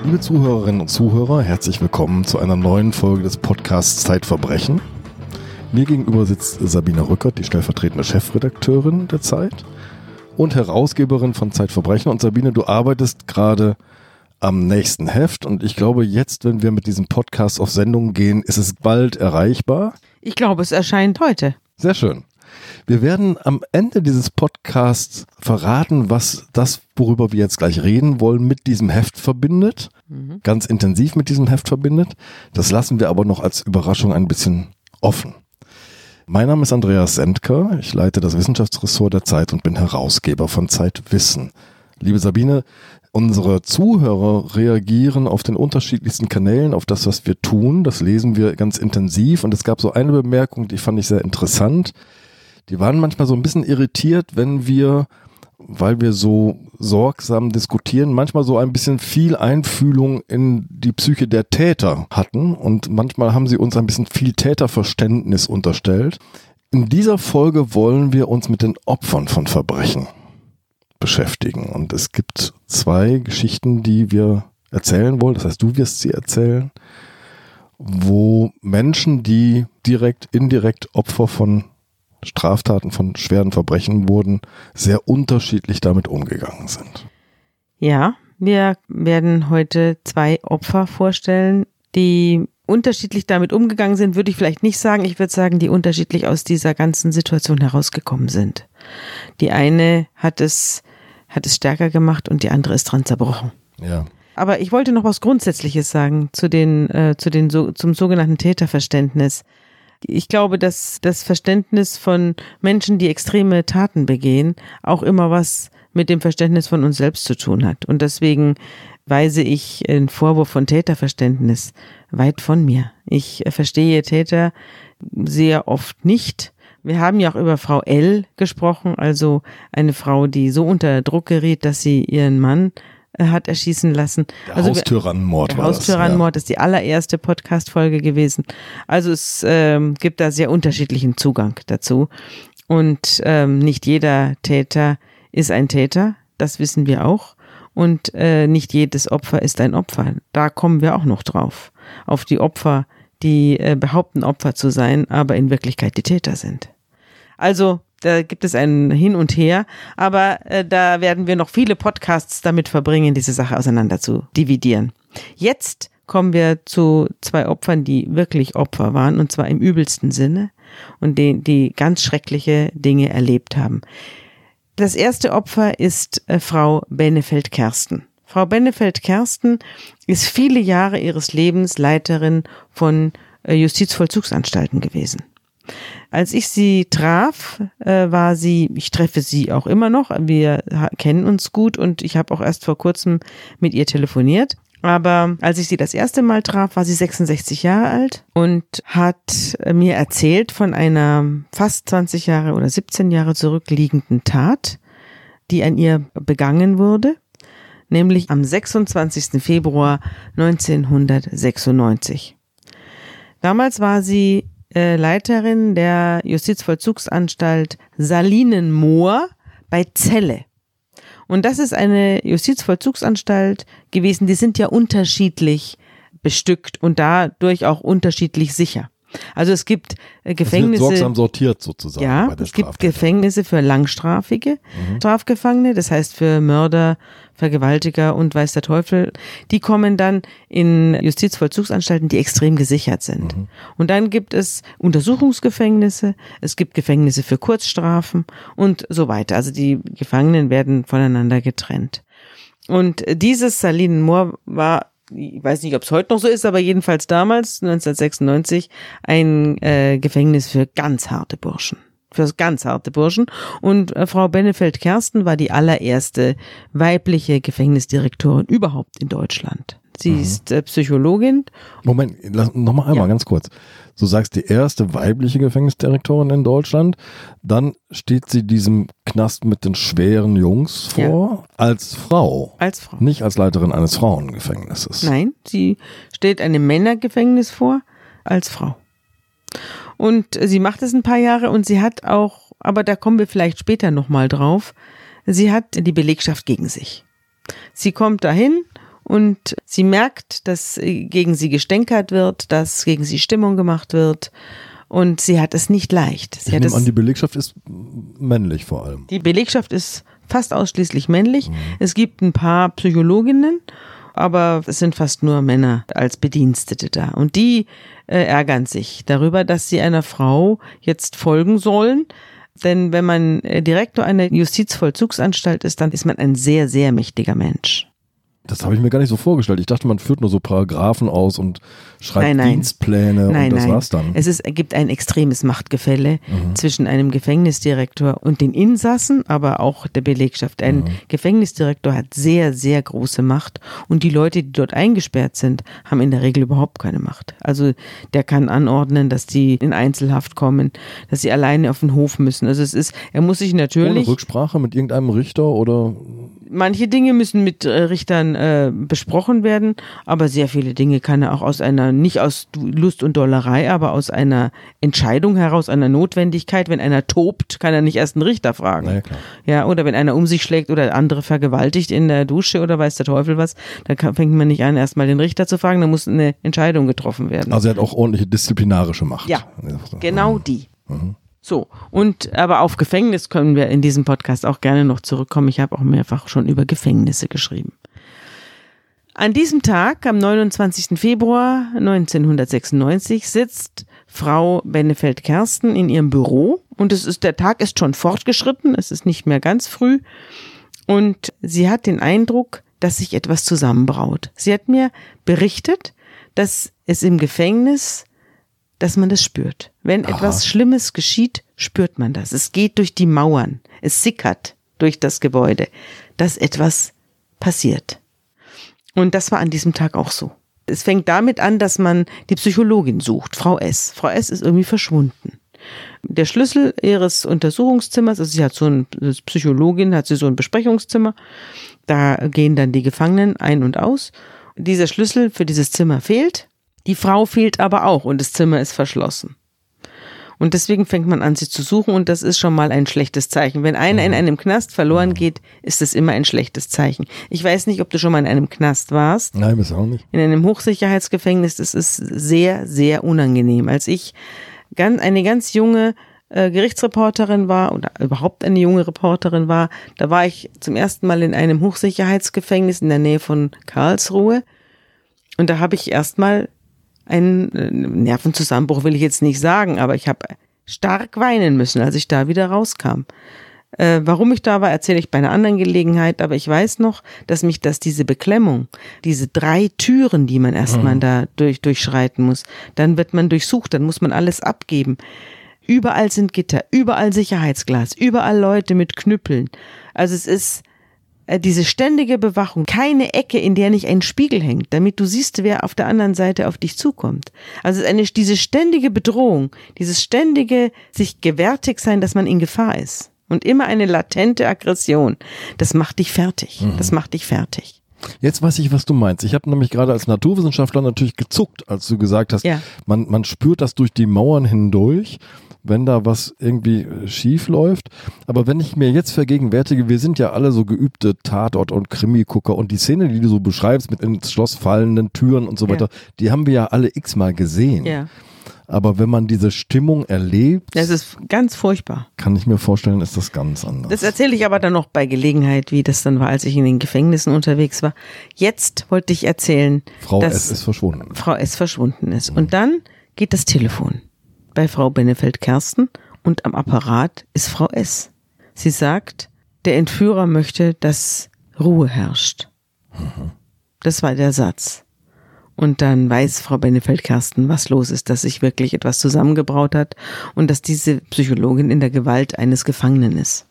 Liebe Zuhörerinnen und Zuhörer, herzlich willkommen zu einer neuen Folge des Podcasts Zeitverbrechen. Mir gegenüber sitzt Sabine Rückert, die stellvertretende Chefredakteurin der Zeit und Herausgeberin von Zeitverbrechen. Und Sabine, du arbeitest gerade am nächsten Heft und ich glaube jetzt, wenn wir mit diesem Podcast auf Sendung gehen, ist es bald erreichbar. Ich glaube, es erscheint heute. Sehr schön. Wir werden am Ende dieses Podcasts verraten, was das, worüber wir jetzt gleich reden wollen, mit diesem Heft verbindet. Ganz intensiv mit diesem Heft verbindet. Das lassen wir aber noch als Überraschung ein bisschen offen. Mein Name ist Andreas Sendker. Ich leite das Wissenschaftsressort der Zeit und bin Herausgeber von Zeitwissen. Liebe Sabine, unsere Zuhörer reagieren auf den unterschiedlichsten Kanälen auf das, was wir tun. Das lesen wir ganz intensiv und es gab so eine Bemerkung, die fand ich sehr interessant. Die waren manchmal so ein bisschen irritiert, wenn wir, weil wir so sorgsam diskutieren, manchmal so ein bisschen viel Einfühlung in die Psyche der Täter hatten und manchmal haben sie uns ein bisschen viel Täterverständnis unterstellt. In dieser Folge wollen wir uns mit den Opfern von Verbrechen beschäftigen und es gibt 2 Geschichten, die wir erzählen wollen, das heißt, du wirst sie erzählen, wo Menschen, die indirekt Opfer von Straftaten, von schweren Verbrechen wurden, sehr unterschiedlich damit umgegangen sind. Ja, wir werden heute 2 Opfer vorstellen, die unterschiedlich damit umgegangen sind, würde ich vielleicht nicht sagen. Ich würde sagen, die unterschiedlich aus dieser ganzen Situation herausgekommen sind. Die eine hat es stärker gemacht und die andere ist dran zerbrochen. Ja. Aber ich wollte noch was Grundsätzliches sagen zum sogenannten Täterverständnis. Ich glaube, dass das Verständnis von Menschen, die extreme Taten begehen, auch immer was mit dem Verständnis von uns selbst zu tun hat. Und deswegen weise ich den Vorwurf von Täterverständnis weit von mir. Ich verstehe Täter sehr oft nicht. Wir haben ja auch über Frau L. gesprochen, also eine Frau, die so unter Druck geriet, dass sie ihren Mann hat erschießen lassen. Der Haustyrannenmord war das. Der Haustyrannenmord ist die allererste Podcast-Folge gewesen. Also es gibt da sehr unterschiedlichen Zugang dazu. Und nicht jeder Täter ist ein Täter, das wissen wir auch. Und nicht jedes Opfer ist ein Opfer. Da kommen wir auch noch drauf. Auf die Opfer, die behaupten, Opfer zu sein, aber in Wirklichkeit die Täter sind. Also da gibt es ein Hin und Her, aber da werden wir noch viele Podcasts damit verbringen, diese Sache auseinander zu dividieren. Jetzt kommen wir zu 2 Opfern, die wirklich Opfer waren, und zwar im übelsten Sinne und die ganz schreckliche Dinge erlebt haben. Das erste Opfer ist Frau Benefeld-Kersten. Frau Benefeld-Kersten ist viele Jahre ihres Lebens Leiterin von Justizvollzugsanstalten gewesen. Als ich sie traf, ich treffe sie auch immer noch, wir kennen uns gut und ich habe auch erst vor kurzem mit ihr telefoniert. Aber als ich sie das erste Mal traf, war sie 66 Jahre alt und hat mir erzählt von einer fast 20 Jahre oder 17 Jahre zurückliegenden Tat, die an ihr begangen wurde, nämlich am 26. Februar 1996. Damals war sie Leiterin der Justizvollzugsanstalt Salinenmoor bei Celle. Und das ist eine Justizvollzugsanstalt gewesen, die sind ja unterschiedlich bestückt und dadurch auch unterschiedlich sicher. Also es gibt Gefängnisse. Das wird sorgsam sortiert sozusagen. Ja, bei der es gibt Gefängnisse für langstrafige Strafgefangene, das heißt für Mörder, Vergewaltiger und weiß der Teufel. Die kommen dann in Justizvollzugsanstalten, die extrem gesichert sind. Und dann gibt es Untersuchungsgefängnisse, es gibt Gefängnisse für Kurzstrafen und so weiter. Also die Gefangenen werden voneinander getrennt. Und dieses Salinenmoor war, ich weiß nicht, ob es heute noch so ist, aber jedenfalls damals, 1996, ein Gefängnis für ganz harte Burschen. Und Frau Benefeld-Kersten war die allererste weibliche Gefängnisdirektorin überhaupt in Deutschland. Sie ist Psychologin. Moment, nochmal einmal ganz kurz. Du sagst, die erste weibliche Gefängnisdirektorin in Deutschland, dann steht sie diesem Knast mit den schweren Jungs vor, als Frau. Als Frau. Nicht als Leiterin eines Frauengefängnisses. Nein, sie steht einem Männergefängnis vor, als Frau. Und sie macht es ein paar Jahre und sie hat auch, aber da kommen wir vielleicht später nochmal drauf, sie hat die Belegschaft gegen sich. Sie kommt dahin und sie merkt, dass gegen sie gestänkert wird, dass gegen sie Stimmung gemacht wird und sie hat es nicht leicht. Ich nehme an, die Belegschaft ist männlich vor allem. Die Belegschaft ist fast ausschließlich männlich. Es gibt ein paar Psychologinnen, aber es sind fast nur Männer als Bedienstete da. Und die ärgern sich darüber, dass sie einer Frau jetzt folgen sollen. Denn wenn man Direktor einer Justizvollzugsanstalt ist, dann ist man ein sehr, sehr mächtiger Mensch. Das habe ich mir gar nicht so vorgestellt. Ich dachte, man führt nur so Paragraphen aus und schreibt Dienstpläne und das war's dann. Es gibt ein extremes Machtgefälle zwischen einem Gefängnisdirektor und den Insassen, aber auch der Belegschaft. Ein Gefängnisdirektor hat sehr, sehr große Macht und die Leute, die dort eingesperrt sind, haben in der Regel überhaupt keine Macht. Also der kann anordnen, dass die in Einzelhaft kommen, dass sie alleine auf den Hof müssen. Also er muss sich natürlich... Ohne Rücksprache mit irgendeinem Richter oder... Manche Dinge müssen mit Richtern besprochen werden, aber sehr viele Dinge kann er auch nicht aus Lust und Dollerei, aber aus einer Entscheidung heraus, einer Notwendigkeit. Wenn einer tobt, kann er nicht erst einen Richter fragen. Na ja, klar. Ja, oder wenn einer um sich schlägt oder andere vergewaltigt in der Dusche oder weiß der Teufel was, dann fängt man nicht an, erstmal den Richter zu fragen, dann muss eine Entscheidung getroffen werden. Also er hat auch ordentliche disziplinarische Macht. Ja, genau die. So, aber auf Gefängnis können wir in diesem Podcast auch gerne noch zurückkommen. Ich habe auch mehrfach schon über Gefängnisse geschrieben. An diesem Tag, am 29. Februar 1996, sitzt Frau Benefeld-Kersten in ihrem Büro und der Tag ist schon fortgeschritten, es ist nicht mehr ganz früh und sie hat den Eindruck, dass sich etwas zusammenbraut. Sie hat mir berichtet, dass es im Gefängnis, dass man das spürt. Wenn etwas Schlimmes geschieht, spürt man das. Es geht durch die Mauern, es sickert durch das Gebäude, dass etwas passiert. Und das war an diesem Tag auch so. Es fängt damit an, dass man die Psychologin sucht, Frau S. Frau S ist irgendwie verschwunden. Der Schlüssel ihres Untersuchungszimmers, also sie hat als Psychologin hat sie so ein Besprechungszimmer, da gehen dann die Gefangenen ein und aus. Dieser Schlüssel für dieses Zimmer fehlt, die Frau fehlt aber auch und das Zimmer ist verschlossen. Und deswegen fängt man an, sie zu suchen und das ist schon mal ein schlechtes Zeichen. Wenn einer in einem Knast verloren geht, ist das immer ein schlechtes Zeichen. Ich weiß nicht, ob du schon mal in einem Knast warst. Nein, das auch nicht. In einem Hochsicherheitsgefängnis, das ist sehr, sehr unangenehm. Als ich eine ganz junge Gerichtsreporterin war oder überhaupt eine junge Reporterin war, da war ich zum ersten Mal in einem Hochsicherheitsgefängnis in der Nähe von Karlsruhe und da habe ich erstmal einen Nervenzusammenbruch will ich jetzt nicht sagen, aber ich habe stark weinen müssen, als ich da wieder rauskam. Warum ich da war, erzähle ich bei einer anderen Gelegenheit, aber ich weiß noch, dass diese Beklemmung, diese 3 Türen, die man erstmal da durchschreiten muss, dann wird man durchsucht, dann muss man alles abgeben. Überall sind Gitter, überall Sicherheitsglas, überall Leute mit Knüppeln. Also es ist diese ständige Bewachung, keine Ecke, in der nicht ein Spiegel hängt, damit du siehst, wer auf der anderen Seite auf dich zukommt. Also diese ständige Bedrohung, dieses ständige sich gewärtig sein, dass man in Gefahr ist und immer eine latente Aggression, das macht dich fertig. Das macht dich fertig. Jetzt weiß ich, was du meinst. Ich habe nämlich gerade als Naturwissenschaftler natürlich gezuckt, als du gesagt hast, man spürt das durch die Mauern hindurch, wenn da was irgendwie schief läuft. Aber wenn ich mir jetzt vergegenwärtige, wir sind ja alle so geübte Tatort- und Krimi-Gucker und die Szene, die du so beschreibst mit ins Schloss fallenden Türen und so weiter, die haben wir ja alle x-mal gesehen. Ja. Aber wenn man diese Stimmung erlebt, das ist ganz furchtbar. Kann ich mir vorstellen, ist das ganz anders. Das erzähle ich aber dann noch bei Gelegenheit, wie das dann war, als ich in den Gefängnissen unterwegs war. Jetzt wollte ich erzählen, dass S ist verschwunden. Frau S verschwunden ist. Und dann geht das Telefon bei Frau Benefeld-Kersten und am Apparat ist Frau S. Sie sagt, der Entführer möchte, dass Ruhe herrscht. Das war der Satz. Und dann weiß Frau Benefeld-Kersten, was los ist, dass sich wirklich etwas zusammengebraut hat und dass diese Psychologin in der Gewalt eines Gefangenen ist.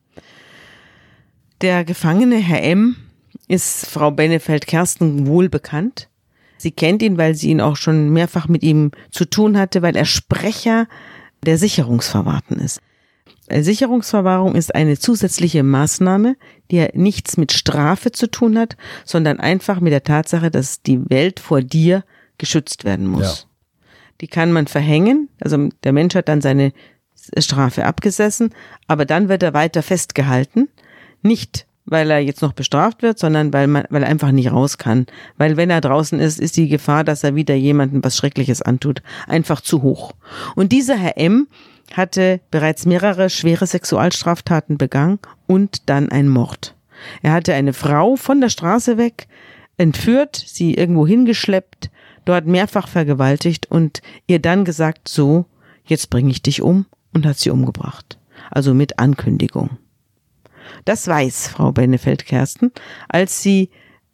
Der Gefangene, Herr M., ist Frau Benefeld-Kersten wohl bekannt. Sie kennt ihn, weil sie ihn auch schon mehrfach mit ihm zu tun hatte, weil er Sprecher der Sicherungsverwahrten ist. Sicherungsverwahrung ist eine zusätzliche Maßnahme, die ja nichts mit Strafe zu tun hat, sondern einfach mit der Tatsache, dass die Welt vor dir geschützt werden muss. Ja. Die kann man verhängen, also der Mensch hat dann seine Strafe abgesessen, aber dann wird er weiter festgehalten, nicht weil er jetzt noch bestraft wird, sondern weil er einfach nicht raus kann. Weil wenn er draußen ist, ist die Gefahr, dass er wieder jemandem was Schreckliches antut, einfach zu hoch. Und dieser Herr M. hatte bereits mehrere schwere Sexualstraftaten begangen und dann einen Mord. Er hatte eine Frau von der Straße weg entführt, sie irgendwo hingeschleppt, dort mehrfach vergewaltigt und ihr dann gesagt, so, jetzt bringe ich dich um, und hat sie umgebracht. Also mit Ankündigung. Das weiß Frau Benefeld-Kersten, als sie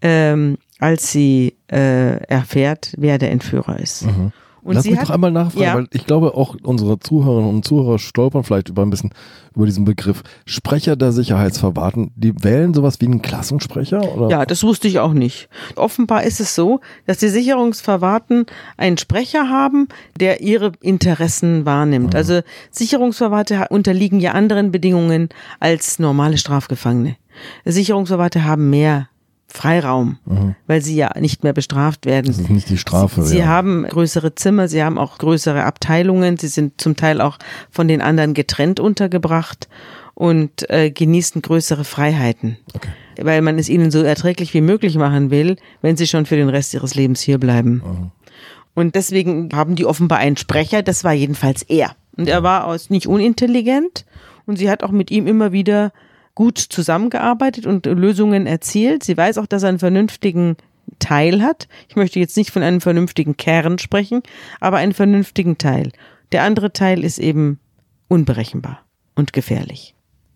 erfährt, wer der Entführer ist. Mhm. Und Lass mich doch einmal nachfragen, weil ich glaube auch unsere Zuhörerinnen und Zuhörer stolpern vielleicht über diesen Begriff Sprecher der Sicherheitsverwahrten. Die wählen sowas wie einen Klassensprecher? Oder? Ja, das wusste ich auch nicht. Offenbar ist es so, dass die Sicherungsverwahrten einen Sprecher haben, der ihre Interessen wahrnimmt. Also Sicherungsverwahrte unterliegen ja anderen Bedingungen als normale Strafgefangene. Sicherungsverwahrte haben mehr Freiraum, weil sie ja nicht mehr bestraft werden. Das ist nicht die Strafe. Sie haben größere Zimmer, sie haben auch größere Abteilungen, sie sind zum Teil auch von den anderen getrennt untergebracht und genießen größere Freiheiten, weil man es ihnen so erträglich wie möglich machen will, wenn sie schon für den Rest ihres Lebens hier bleiben. Und deswegen haben die offenbar einen Sprecher, das war jedenfalls er. Und er war nicht unintelligent und sie hat auch mit ihm immer wieder gut zusammengearbeitet und Lösungen erzielt. Sie weiß auch, dass er einen vernünftigen Teil hat. Ich möchte jetzt nicht von einem vernünftigen Kern sprechen, aber einen vernünftigen Teil. Der andere Teil ist eben unberechenbar und gefährlich.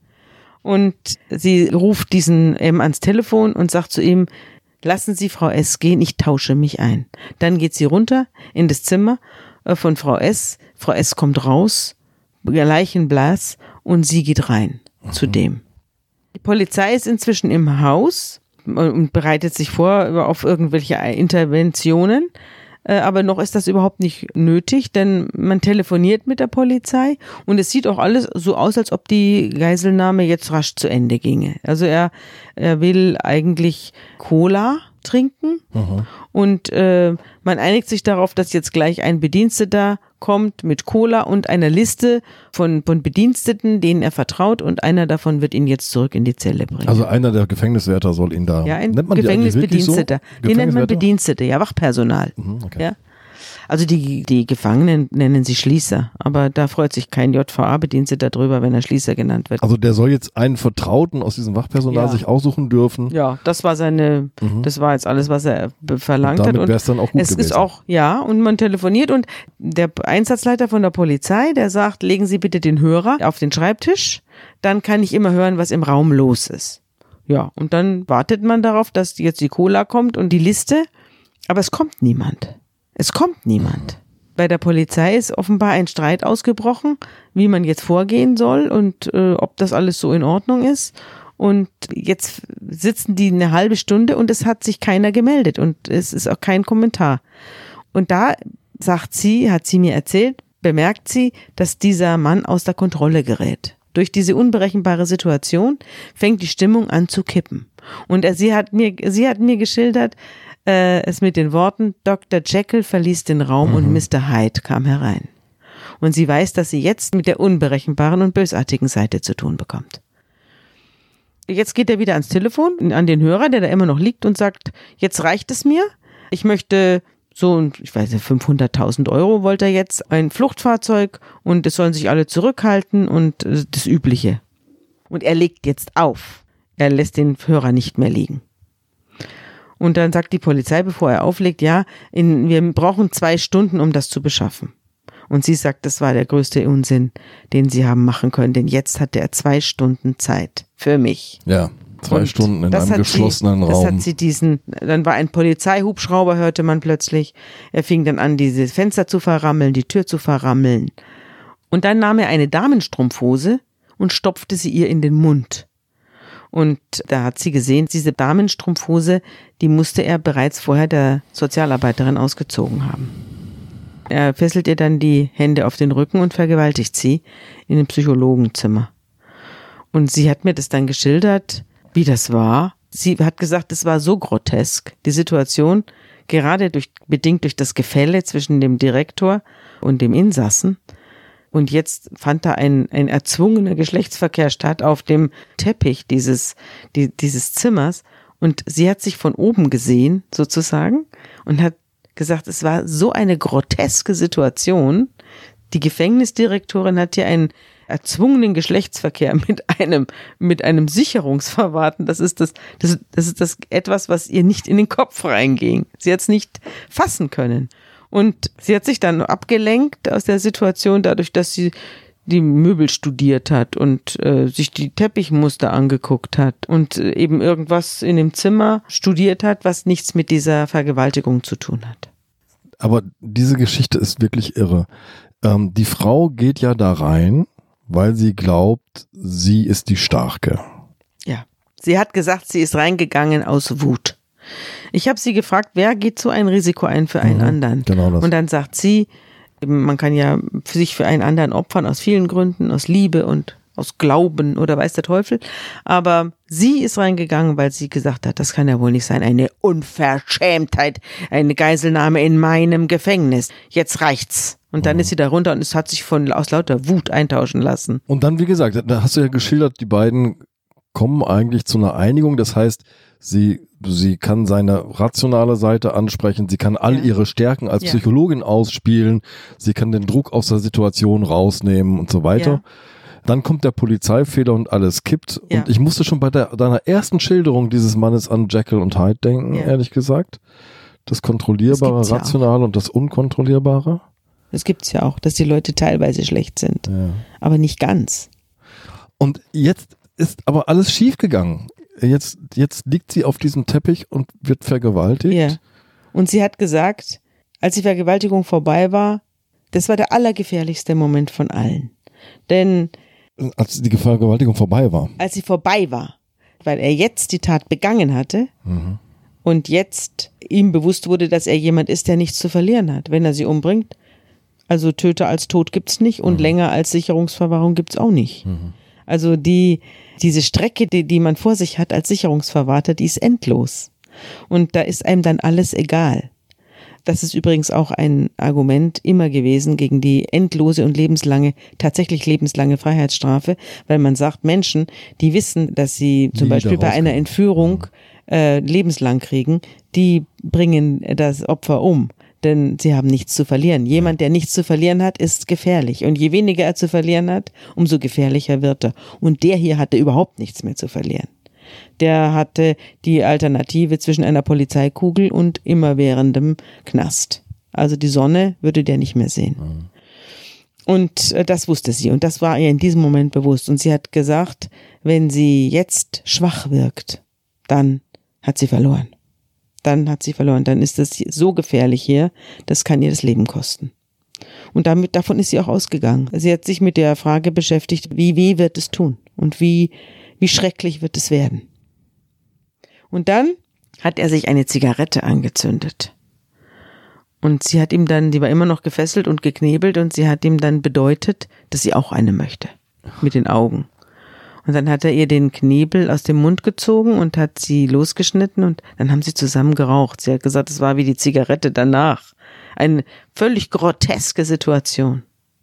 Und sie ruft diesen M ans Telefon und sagt zu ihm, lassen Sie Frau S. gehen, ich tausche mich ein. Dann geht sie runter in das Zimmer von Frau S. Frau S. kommt raus, leichenblass, und sie geht rein zu dem. Die Polizei ist inzwischen im Haus und bereitet sich vor auf irgendwelche Interventionen, aber noch ist das überhaupt nicht nötig, denn man telefoniert mit der Polizei und es sieht auch alles so aus, als ob die Geiselnahme jetzt rasch zu Ende ginge. Also er will eigentlich Cola trinken und man einigt sich darauf, dass jetzt gleich ein Bediensteter kommt mit Cola und einer Liste von Bediensteten, denen er vertraut, und einer davon wird ihn jetzt zurück in die Zelle bringen. Also einer der Gefängniswärter soll ihn da... Ja, ein nennt man Gefängnisbediensteter. So? Den nennt man Bedienstete, ja, Wachpersonal. Okay. Ja. Also die Gefangenen nennen sie Schließer, aber da freut sich kein JVA-Bediensteter darüber, wenn er Schließer genannt wird. Also der soll jetzt einen Vertrauten aus diesem Wachpersonal sich aussuchen dürfen. Ja, das war das war jetzt alles, was er verlangt hat. Damit wäre es dann auch gut gewesen. Es ist auch, ja, und man telefoniert und der Einsatzleiter von der Polizei, der sagt, legen Sie bitte den Hörer auf den Schreibtisch, dann kann ich immer hören, was im Raum los ist. Ja, und dann wartet man darauf, dass jetzt die Cola kommt und die Liste, aber es kommt niemand. Es kommt niemand. Bei der Polizei ist offenbar ein Streit ausgebrochen, wie man jetzt vorgehen soll und ob das alles so in Ordnung ist. Und jetzt sitzen die eine halbe Stunde und es hat sich keiner gemeldet und es ist auch kein Kommentar. Und da hat sie mir erzählt, bemerkt sie, dass dieser Mann aus der Kontrolle gerät. Durch diese unberechenbare Situation fängt die Stimmung an zu kippen. Und sie hat mir geschildert, es mit den Worten, Dr. Jekyll verließ den Raum und Mr. Hyde kam herein. Und sie weiß, dass sie jetzt mit der unberechenbaren und bösartigen Seite zu tun bekommt. Jetzt geht er wieder ans Telefon, an den Hörer, der da immer noch liegt und sagt, jetzt reicht es mir. Ich möchte so, ich weiß nicht, 500.000 Euro wollte er jetzt, ein Fluchtfahrzeug und es sollen sich alle zurückhalten und das Übliche. Und er legt jetzt auf. Er lässt den Hörer nicht mehr liegen. Und dann sagt die Polizei, bevor er auflegt, wir brauchen 2 Stunden, um das zu beschaffen. Und sie sagt, das war der größte Unsinn, den sie haben machen können, denn jetzt hatte er 2 Stunden Zeit für mich. Ja, 2 Stunden in einem geschlossenen Raum. Das hat sie dann war ein Polizeihubschrauber, hörte man plötzlich. Er fing dann an, diese Fenster zu verrammeln, die Tür zu verrammeln. Und dann nahm er eine Damenstrumpfhose und stopfte sie ihr in den Mund. Und da hat sie gesehen, diese Damenstrumpfhose, die musste er bereits vorher der Sozialarbeiterin ausgezogen haben. Er fesselt ihr dann die Hände auf den Rücken und vergewaltigt sie in dem Psychologenzimmer. Und sie hat mir das dann geschildert, wie das war. Sie hat gesagt, es war so grotesk, die Situation, gerade bedingt durch das Gefälle zwischen dem Direktor und dem Insassen, Und jetzt fand da ein erzwungener Geschlechtsverkehr statt auf dem Teppich dieses Zimmers. Und sie hat sich von oben gesehen, sozusagen, und hat gesagt, es war so eine groteske Situation. Die Gefängnisdirektorin hat hier einen erzwungenen Geschlechtsverkehr mit einem Sicherungsverwahrten. Das ist etwas, was ihr nicht in den Kopf reinging. Sie hat es nicht fassen können. Und sie hat sich dann abgelenkt aus der Situation, dadurch, dass sie die Möbel studiert hat und sich die Teppichmuster angeguckt hat und eben irgendwas in dem Zimmer studiert hat, was nichts mit dieser Vergewaltigung zu tun hat. Aber diese Geschichte ist wirklich irre. Die Frau geht ja da rein, weil sie glaubt, sie ist die Starke. Ja, sie hat gesagt, sie ist reingegangen aus Wut. Ich habe sie gefragt, wer geht so ein Risiko ein für einen anderen? Genau das. Und dann sagt sie, man kann ja sich für einen anderen opfern aus vielen Gründen, aus Liebe und aus Glauben oder weiß der Teufel. Aber sie ist reingegangen, weil sie gesagt hat, das kann ja wohl nicht sein. Eine Unverschämtheit, eine Geiselnahme in meinem Gefängnis. Jetzt reicht's. Und dann ist sie da runter und es hat sich aus lauter Wut eintauschen lassen. Und dann, wie gesagt, da hast du ja geschildert, die beiden kommen eigentlich zu einer Einigung. Das heißt, sie kann seine rationale Seite ansprechen, sie kann all ihre Stärken als Psychologin ausspielen, sie kann den Druck aus der Situation rausnehmen und so weiter. Ja. Dann kommt der Polizeifehler und alles kippt. Ja. Und ich musste schon bei deiner ersten Schilderung dieses Mannes an Jekyll und Hyde denken, ehrlich gesagt. Das Kontrollierbare, Rationale und das Unkontrollierbare. Das gibt's ja auch, dass die Leute teilweise schlecht sind, aber nicht ganz. Und jetzt ist aber alles schief gegangen. Jetzt liegt sie auf diesem Teppich und wird vergewaltigt. Ja. Und sie hat gesagt, als die Vergewaltigung vorbei war, das war der allergefährlichste Moment von allen. Denn als die Vergewaltigung vorbei war. Als sie vorbei war, weil er jetzt die Tat begangen hatte und jetzt ihm bewusst wurde, dass er jemand ist, der nichts zu verlieren hat, wenn er sie umbringt. Also Töter als Tod gibt's nicht und länger als Sicherungsverwahrung gibt's auch nicht. Also diese Strecke, die man vor sich hat als Sicherungsverwahrter, die ist endlos. Und da ist einem dann alles egal. Das ist übrigens auch ein Argument immer gewesen gegen die endlose und tatsächlich lebenslange Freiheitsstrafe, weil man sagt, Menschen, die wissen, dass sie zum Beispiel bei einer Entführung lebenslang kriegen, die bringen das Opfer um. Denn sie haben nichts zu verlieren. Jemand, der nichts zu verlieren hat, ist gefährlich. Und je weniger er zu verlieren hat, umso gefährlicher wird er. Und der hier hatte überhaupt nichts mehr zu verlieren. Der hatte die Alternative zwischen einer Polizeikugel und immerwährendem Knast. Also die Sonne würde der nicht mehr sehen. Und das wusste sie. Und das war ihr in diesem Moment bewusst. Und sie hat gesagt, wenn sie jetzt schwach wirkt, dann hat sie verloren. Dann ist das so gefährlich hier, das kann ihr das Leben kosten. Und davon ist sie auch ausgegangen. Sie hat sich mit der Frage beschäftigt, wie weh wird es tun und wie schrecklich wird es werden. Und dann hat er sich eine Zigarette angezündet. Und sie hat ihm dann, die war immer noch gefesselt und geknebelt, und sie hat ihm dann bedeutet, dass sie auch eine möchte. Mit den Augen. Und dann hat er ihr den Knebel aus dem Mund gezogen und hat sie losgeschnitten und dann haben sie zusammen geraucht. Sie hat gesagt, es war wie die Zigarette danach. Eine völlig groteske Situation.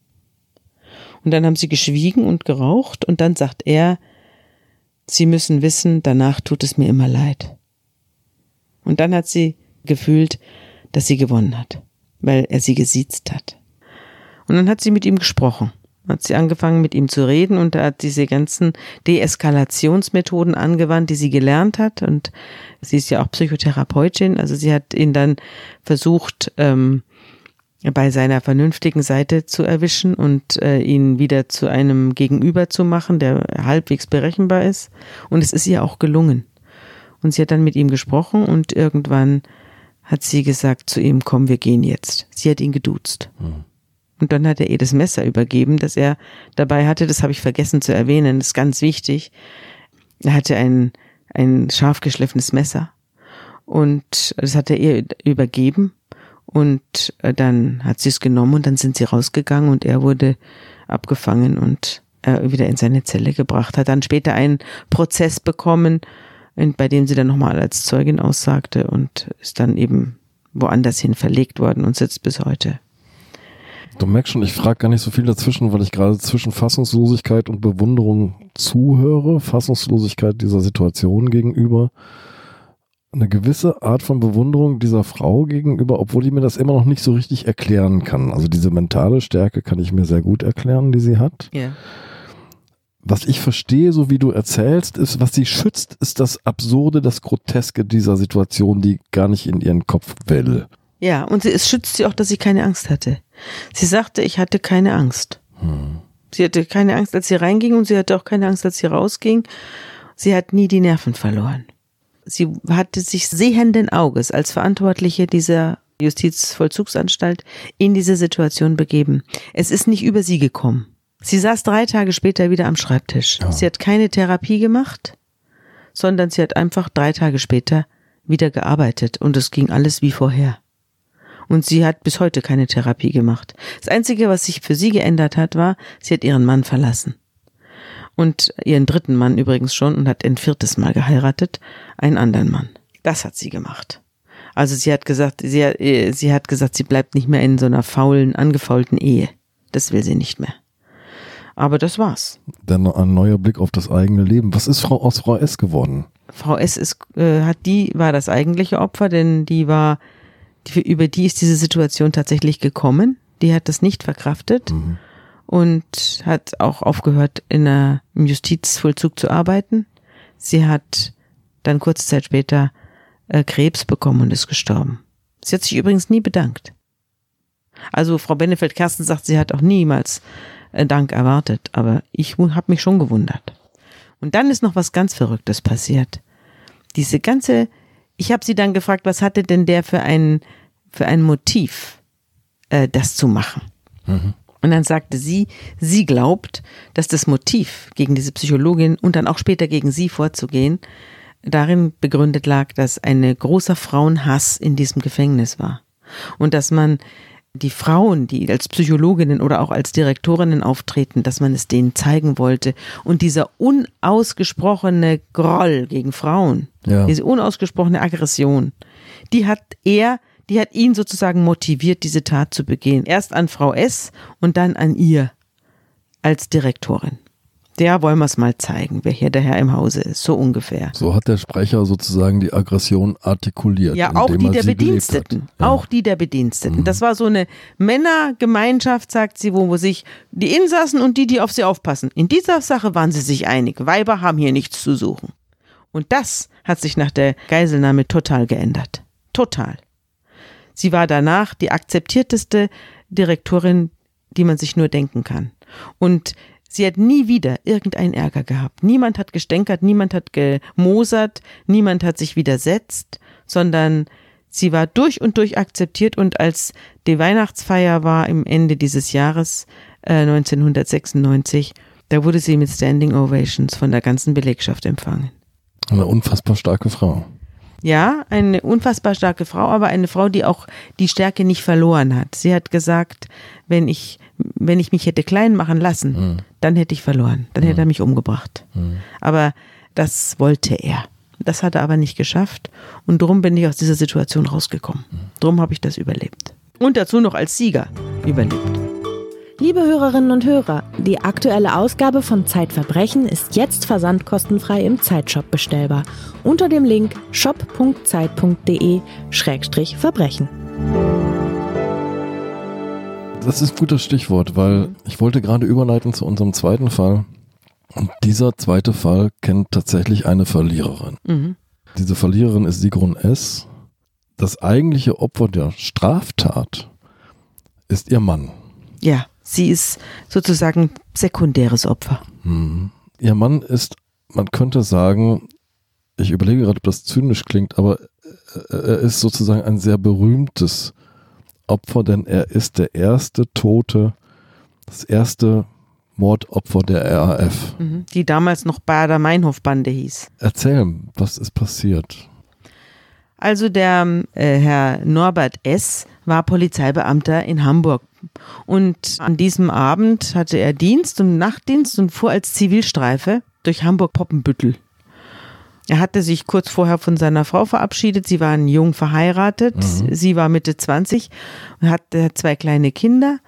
Und dann haben sie geschwiegen und geraucht und dann sagt er, sie müssen wissen, danach tut es mir immer leid. Und dann hat sie gefühlt, dass sie gewonnen hat, weil er sie gesiezt hat. Und dann hat sie mit ihm gesprochen. Hat sie angefangen, mit ihm zu reden, und er hat diese ganzen Deeskalationsmethoden angewandt, die sie gelernt hat, und sie ist ja auch Psychotherapeutin, also sie hat ihn dann versucht, bei seiner vernünftigen Seite zu erwischen und ihn wieder zu einem Gegenüber zu machen, der halbwegs berechenbar ist, und es ist ihr auch gelungen. Und sie hat dann mit ihm gesprochen und irgendwann hat sie gesagt zu ihm, komm, wir gehen jetzt. Sie hat ihn geduzt. Und dann hat er ihr das Messer übergeben, das er dabei hatte. Das habe ich vergessen zu erwähnen. Das ist ganz wichtig. Er hatte ein scharf geschliffenes Messer. Und das hat er ihr übergeben. Und dann hat sie es genommen und dann sind sie rausgegangen und er wurde abgefangen und wieder in seine Zelle gebracht. Hat dann später einen Prozess bekommen, bei dem sie dann nochmal als Zeugin aussagte und ist dann eben woanders hin verlegt worden und sitzt bis heute. Du merkst schon, ich frage gar nicht so viel dazwischen, weil ich gerade zwischen Fassungslosigkeit und Bewunderung zuhöre. Fassungslosigkeit dieser Situation gegenüber. Eine gewisse Art von Bewunderung dieser Frau gegenüber, obwohl ich mir das immer noch nicht so richtig erklären kann. Also diese mentale Stärke kann ich mir sehr gut erklären, die sie hat. Ja. Was ich verstehe, so wie du erzählst, ist, was sie schützt, ist das Absurde, das Groteske dieser Situation, die gar nicht in ihren Kopf will. Ja, und es schützt sie auch, dass sie keine Angst hatte. Sie sagte, ich hatte keine Angst. Sie hatte keine Angst, als sie reinging, und sie hatte auch keine Angst, als sie rausging. Sie hat nie die Nerven verloren. Sie hatte sich sehenden Auges als Verantwortliche dieser Justizvollzugsanstalt in diese Situation begeben. Es ist nicht über sie gekommen. Sie saß 3 Tage später wieder am Schreibtisch. Ja. Sie hat keine Therapie gemacht, sondern sie hat einfach 3 Tage später wieder gearbeitet, und es ging alles wie vorher. Und sie hat bis heute keine Therapie gemacht. Das Einzige, was sich für sie geändert hat, war, sie hat ihren Mann verlassen. Und ihren 3. Mann übrigens schon, und hat ein 4. Mal geheiratet, einen anderen Mann. Das hat sie gemacht. Also sie hat gesagt, sie bleibt nicht mehr in so einer faulen, angefaulten Ehe. Das will sie nicht mehr. Aber das war's. Dann ein neuer Blick auf das eigene Leben. Was ist aus Frau S. geworden? Frau S. war das eigentliche Opfer, denn über die ist diese Situation tatsächlich gekommen. Die hat das nicht verkraftet. Und hat auch aufgehört, im Justizvollzug zu arbeiten. Sie hat dann kurze Zeit später Krebs bekommen und ist gestorben. Sie hat sich übrigens nie bedankt. Also Frau Benefeld-Kersten sagt, sie hat auch niemals Dank erwartet, aber ich habe mich schon gewundert. Und dann ist noch was ganz Verrücktes passiert. Ich habe sie dann gefragt, was hatte denn der für ein Motiv, das zu machen? Und dann sagte sie glaubt, dass das Motiv, gegen diese Psychologin und dann auch später gegen sie vorzugehen, darin begründet lag, dass ein großer Frauenhass in diesem Gefängnis war. Und dass man die Frauen, die als Psychologinnen oder auch als Direktorinnen auftreten, dass man es denen zeigen wollte. Und dieser unausgesprochene Groll gegen Frauen, diese unausgesprochene Aggression, die hat ihn sozusagen motiviert, diese Tat zu begehen. Erst an Frau S. und dann an ihr als Direktorin. Der wollen wir es mal zeigen, wer hier der Herr im Hause ist, so ungefähr. So hat der Sprecher sozusagen die Aggression artikuliert. Ja, auch die der Bediensteten. Ja. Auch die der Bediensteten. Das war so eine Männergemeinschaft, sagt sie, wo sich die Insassen und die auf sie aufpassen. In dieser Sache waren sie sich einig. Weiber haben hier nichts zu suchen. Und das hat sich nach der Geiselnahme total geändert. Total. Sie war danach die akzeptierteste Direktorin, die man sich nur denken kann. Und sie hat nie wieder irgendeinen Ärger gehabt. Niemand hat gestänkert, niemand hat gemosert, niemand hat sich widersetzt, sondern sie war durch und durch akzeptiert. Und als die Weihnachtsfeier war im Ende dieses Jahres 1996, da wurde sie mit Standing Ovations von der ganzen Belegschaft empfangen. Eine unfassbar starke Frau. Ja, eine unfassbar starke Frau, aber eine Frau, die auch die Stärke nicht verloren hat. Sie hat gesagt, wenn ich mich hätte klein machen lassen, dann hätte ich verloren. Dann hätte er mich umgebracht. Aber das wollte er. Das hat er aber nicht geschafft. Und darum bin ich aus dieser Situation rausgekommen. Darum habe ich das überlebt. Und dazu noch als Sieger überlebt. Liebe Hörerinnen und Hörer, die aktuelle Ausgabe von Zeitverbrechen ist jetzt versandkostenfrei im Zeitshop bestellbar. Unter dem Link shop.zeit.de/verbrechen. Das ist ein gutes Stichwort, weil ich wollte gerade überleiten zu unserem zweiten Fall. Und dieser zweite Fall kennt tatsächlich eine Verliererin. Diese Verliererin ist Sigrun S. Das eigentliche Opfer der Straftat ist ihr Mann. Ja, sie ist sozusagen sekundäres Opfer. Ihr Mann ist, man könnte sagen, ich überlege gerade, ob das zynisch klingt, aber er ist sozusagen ein sehr berühmtes Opfer, denn er ist der erste Tote, das erste Mordopfer der RAF. Die damals noch Baader-Meinhof-Bande hieß. Erzähl, was ist passiert? Also der Herr Norbert S. war Polizeibeamter in Hamburg. Und an diesem Abend hatte er Dienst und Nachtdienst und fuhr als Zivilstreife durch Hamburg-Poppenbüttel. Er hatte sich kurz vorher von seiner Frau verabschiedet. Sie waren jung verheiratet. Sie war Mitte 20 und hatte 2 kleine Kinder.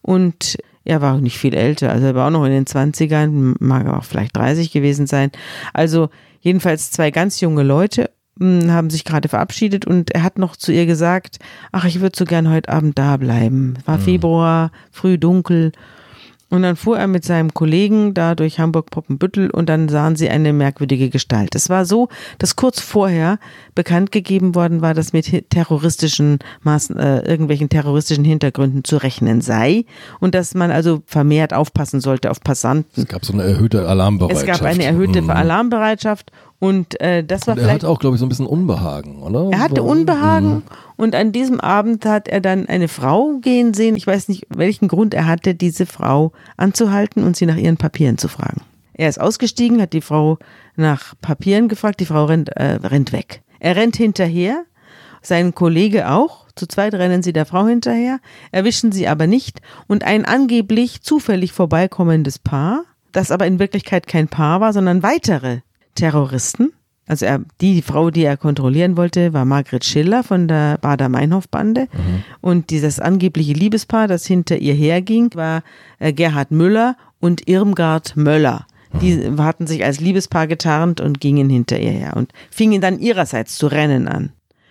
und er war auch nicht viel älter, also er war auch noch in den 20ern, mag auch vielleicht 30 gewesen sein. Also jedenfalls 2 ganz junge Leute haben sich gerade verabschiedet und er hat noch zu ihr gesagt, ach, ich würde so gern heute Abend da bleiben. War Februar, früh dunkel. Und dann fuhr er mit seinem Kollegen da durch Hamburg-Poppenbüttel und dann sahen sie eine merkwürdige Gestalt. Es war so, dass kurz vorher bekannt gegeben worden war, dass mit irgendwelchen terroristischen Hintergründen zu rechnen sei und dass man also vermehrt aufpassen sollte auf Passanten. Es gab so eine erhöhte Alarmbereitschaft. Es gab eine erhöhte Alarmbereitschaft und das war und er hat auch, glaube ich, so ein bisschen Unbehagen, oder? Er hatte Unbehagen und an diesem Abend hat er dann eine Frau gehen sehen. Ich weiß nicht, welchen Grund er hatte, diese Frau anzuhalten und sie nach ihren Papieren zu fragen. Er ist ausgestiegen, hat die Frau nach Papieren gefragt, die Frau rennt weg. Er rennt hinterher, sein Kollege auch. Zu zweit rennen sie der Frau hinterher, erwischen sie aber nicht und ein angeblich zufällig vorbeikommendes Paar, das aber in Wirklichkeit kein Paar war, sondern weitere Terroristen. Also die Frau, die er kontrollieren wollte, war Margret Schiller von der Baader-Meinhof-Bande. Und dieses angebliche Liebespaar, das hinter ihr herging, war Gerhard Müller und Irmgard Möller. Die hatten sich als Liebespaar getarnt und gingen hinter ihr her und fingen dann ihrerseits zu rennen an.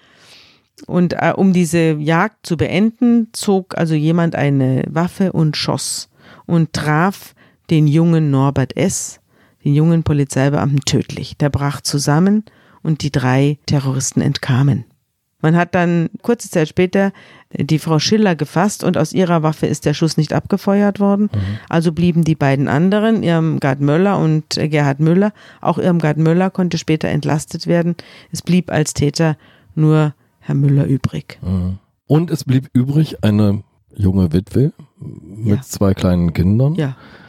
Und um diese Jagd zu beenden, zog also jemand eine Waffe und schoss und traf den jungen Norbert S., den jungen Polizeibeamten, tödlich. Der brach zusammen und die 3 Terroristen entkamen. Man hat dann kurze Zeit später die Frau Schiller gefasst und aus ihrer Waffe ist der Schuss nicht abgefeuert worden. Also blieben die beiden anderen, Irmgard Möller und Gerhard Müller. Auch Irmgard Möller konnte später entlastet werden. Es blieb als Täter nur Herr Müller übrig. Und es blieb übrig eine junge Witwe mit 2 kleinen Kindern,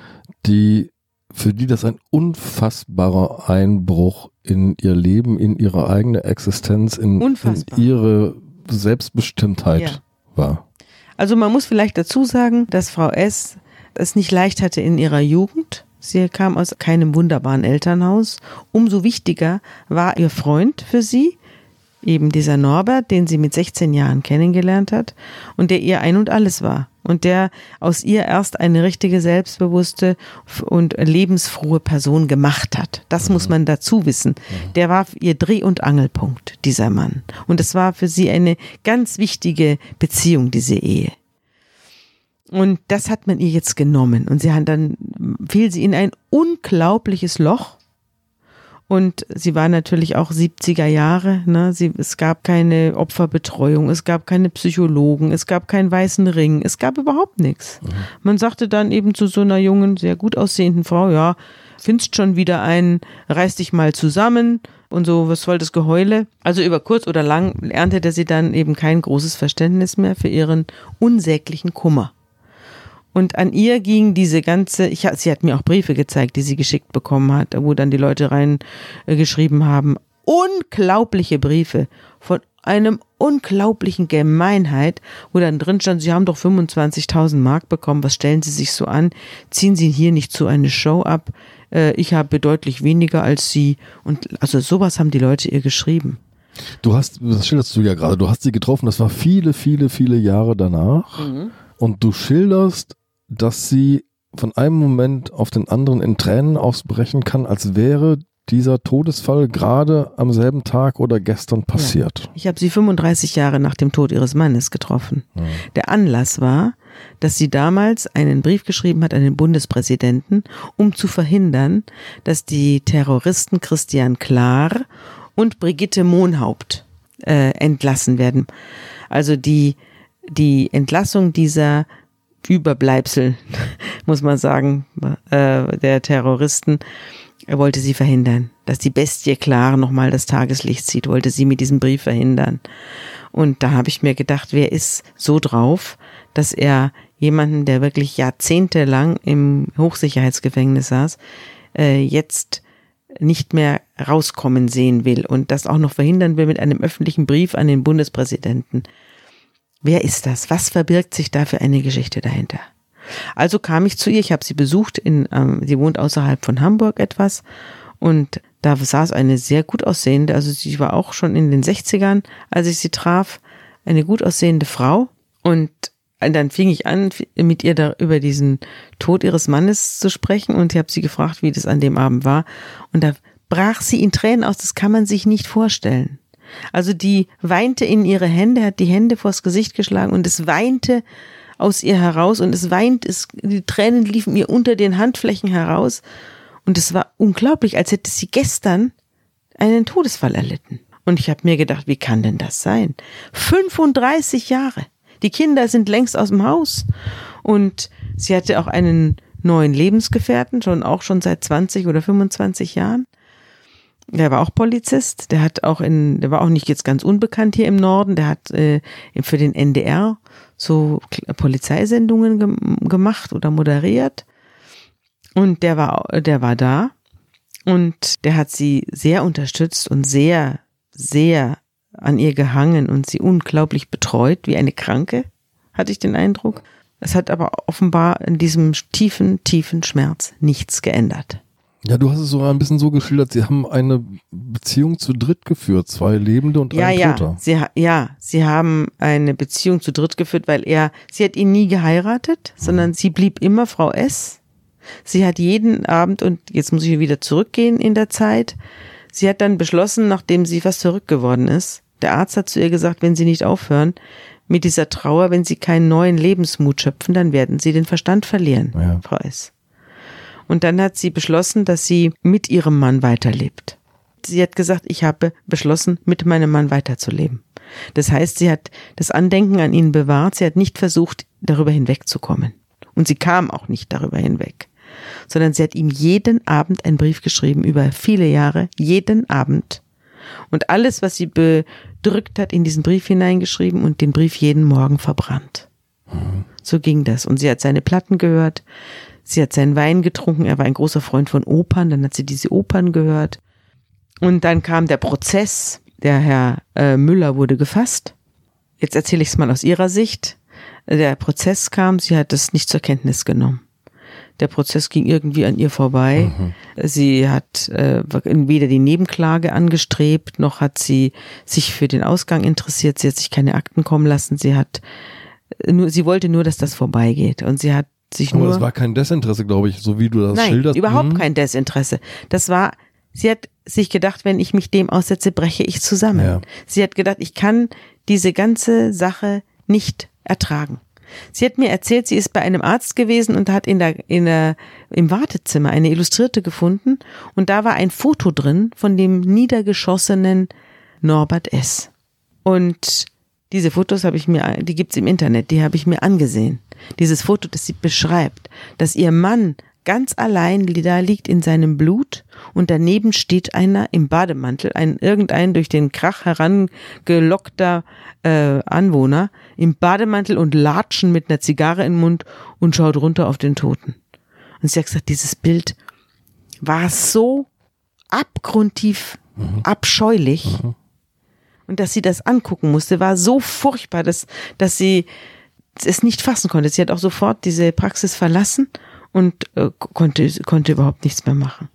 für die das ein unfassbarer Einbruch in ihr Leben, in ihre eigene Existenz, in ihre Selbstbestimmtheit war. Also man muss vielleicht dazu sagen, dass Frau S. es nicht leicht hatte in ihrer Jugend. Sie kam aus keinem wunderbaren Elternhaus. Umso wichtiger war ihr Freund für sie, eben dieser Norbert, den sie mit 16 Jahren kennengelernt hat und der ihr ein und alles war. Und der aus ihr erst eine richtige, selbstbewusste und lebensfrohe Person gemacht hat. Das muss man dazu wissen. Der war ihr Dreh- und Angelpunkt, dieser Mann. Und es war für sie eine ganz wichtige Beziehung, diese Ehe. Und das hat man ihr jetzt genommen. Und dann fiel sie in ein unglaubliches Loch. Und sie war natürlich auch 70er Jahre, ne? Es gab keine Opferbetreuung, es gab keine Psychologen, es gab keinen weißen Ring, es gab überhaupt nichts. Man sagte dann eben zu so einer jungen, sehr gut aussehenden Frau, ja, findest schon wieder einen, reiß dich mal zusammen und so, was soll das Geheule? Also über kurz oder lang erntete sie dann eben kein großes Verständnis mehr für ihren unsäglichen Kummer. Und an ihr ging diese ganze, sie hat mir auch Briefe gezeigt, die sie geschickt bekommen hat, wo dann die Leute reingeschrieben haben, unglaubliche Briefe von einem unglaublichen Gemeinheit, wo dann drin stand, Sie haben doch 25.000 Mark bekommen, was stellen Sie sich so an? Ziehen Sie hier nicht so eine Show ab? Ich habe deutlich weniger als Sie. Und also sowas haben die Leute ihr geschrieben. Das schilderst du ja gerade, du hast sie getroffen, das war viele, viele, viele Jahre danach. Und du schilderst, dass sie von einem Moment auf den anderen in Tränen ausbrechen kann, als wäre dieser Todesfall gerade am selben Tag oder gestern passiert. Ja. Ich habe sie 35 Jahre nach dem Tod ihres Mannes getroffen. Der Anlass war, dass sie damals einen Brief geschrieben hat an den Bundespräsidenten, um zu verhindern, dass die Terroristen Christian Klar und Brigitte Mohnhaupt entlassen werden. Also die Entlassung dieser Überbleibsel, muss man sagen, der Terroristen, wollte sie verhindern. Dass die Bestie Klar nochmal das Tageslicht sieht, wollte sie mit diesem Brief verhindern. Und da habe ich mir gedacht, wer ist so drauf, dass er jemanden, der wirklich jahrzehntelang im Hochsicherheitsgefängnis saß, jetzt nicht mehr rauskommen sehen will und das auch noch verhindern will mit einem öffentlichen Brief an den Bundespräsidenten. Wer ist das? Was verbirgt sich da für eine Geschichte dahinter? Also kam ich zu ihr, ich habe sie besucht, sie wohnt außerhalb von Hamburg etwas und da saß eine sehr gut aussehende, also sie war auch schon in den 60ern, als ich sie traf, eine gut aussehende Frau und dann fing ich an, mit ihr da über diesen Tod ihres Mannes zu sprechen und ich habe sie gefragt, wie das an dem Abend war. Und da brach sie in Tränen aus, das kann man sich nicht vorstellen. Also die weinte in ihre Hände, hat die Hände vors Gesicht geschlagen und es weinte aus ihr heraus und die Tränen liefen ihr unter den Handflächen heraus und es war unglaublich, als hätte sie gestern einen Todesfall erlitten. Und ich habe mir gedacht, wie kann denn das sein? 35 Jahre. Die Kinder sind längst aus dem Haus und sie hatte auch einen neuen Lebensgefährten, auch schon seit 20 oder 25 Jahren. Der war auch Polizist, der war auch nicht jetzt ganz unbekannt hier im Norden, der hat für den NDR so Polizeisendungen gemacht oder moderiert und der war da und der hat sie sehr unterstützt und sehr, sehr an ihr gehangen und sie unglaublich betreut, wie eine Kranke, hatte ich den Eindruck. Es hat aber offenbar in diesem tiefen, tiefen Schmerz nichts geändert. Ja, du hast es sogar ein bisschen so geschildert, sie haben eine Beziehung zu dritt geführt, 2 Lebende und ein Toter. Sie haben eine Beziehung zu dritt geführt, weil sie hat ihn nie geheiratet, sondern sie blieb immer Frau S. Sie hat jeden Abend, und jetzt muss ich wieder zurückgehen in der Zeit, sie hat dann beschlossen, nachdem sie fast verrückt geworden ist, der Arzt hat zu ihr gesagt, wenn sie nicht aufhören mit dieser Trauer, wenn sie keinen neuen Lebensmut schöpfen, dann werden sie den Verstand verlieren, Frau S. Und dann hat sie beschlossen, dass sie mit ihrem Mann weiterlebt. Sie hat gesagt, ich habe beschlossen, mit meinem Mann weiterzuleben. Das heißt, sie hat das Andenken an ihn bewahrt, sie hat nicht versucht, darüber hinwegzukommen. Und sie kam auch nicht darüber hinweg. Sondern sie hat ihm jeden Abend einen Brief geschrieben, über viele Jahre, jeden Abend. Und alles, was sie bedrückt hat, in diesen Brief hineingeschrieben und den Brief jeden Morgen verbrannt. So ging das. Und sie hat seine Platten gehört, sie hat seinen Wein getrunken, er war ein großer Freund von Opern, dann hat sie diese Opern gehört. Und dann kam der Prozess, der Herr Müller wurde gefasst. Jetzt erzähle ich es mal aus ihrer Sicht. Der Prozess kam, sie hat es nicht zur Kenntnis genommen. Der Prozess ging irgendwie an ihr vorbei. Sie hat weder die Nebenklage angestrebt, noch hat sie sich für den Ausgang interessiert. Sie hat sich keine Akten kommen lassen. Sie wollte nur, dass das vorbeigeht. Und sie hat sich Aber das war kein Desinteresse, glaube ich, so wie du das schilderst. Nein, überhaupt kein Desinteresse. Sie hat sich gedacht, wenn ich mich dem aussetze, breche ich zusammen. Ja. Sie hat gedacht, ich kann diese ganze Sache nicht ertragen. Sie hat mir erzählt, sie ist bei einem Arzt gewesen und hat im Wartezimmer eine Illustrierte gefunden und da war ein Foto drin von dem niedergeschossenen Norbert S. Und diese Fotos die gibt's im Internet, die habe ich mir angesehen. Dieses Foto, das sie beschreibt, dass ihr Mann ganz allein da liegt in seinem Blut und daneben steht einer im Bademantel, irgendein durch den Krach herangelockter Anwohner im Bademantel und Latschen mit einer Zigarre im Mund und schaut runter auf den Toten. Und sie hat gesagt, dieses Bild war so abgrundtief abscheulich und dass sie das angucken musste, war so furchtbar, dass sie es nicht fassen konnte. Sie hat auch sofort diese Praxis verlassen und konnte überhaupt nichts mehr machen.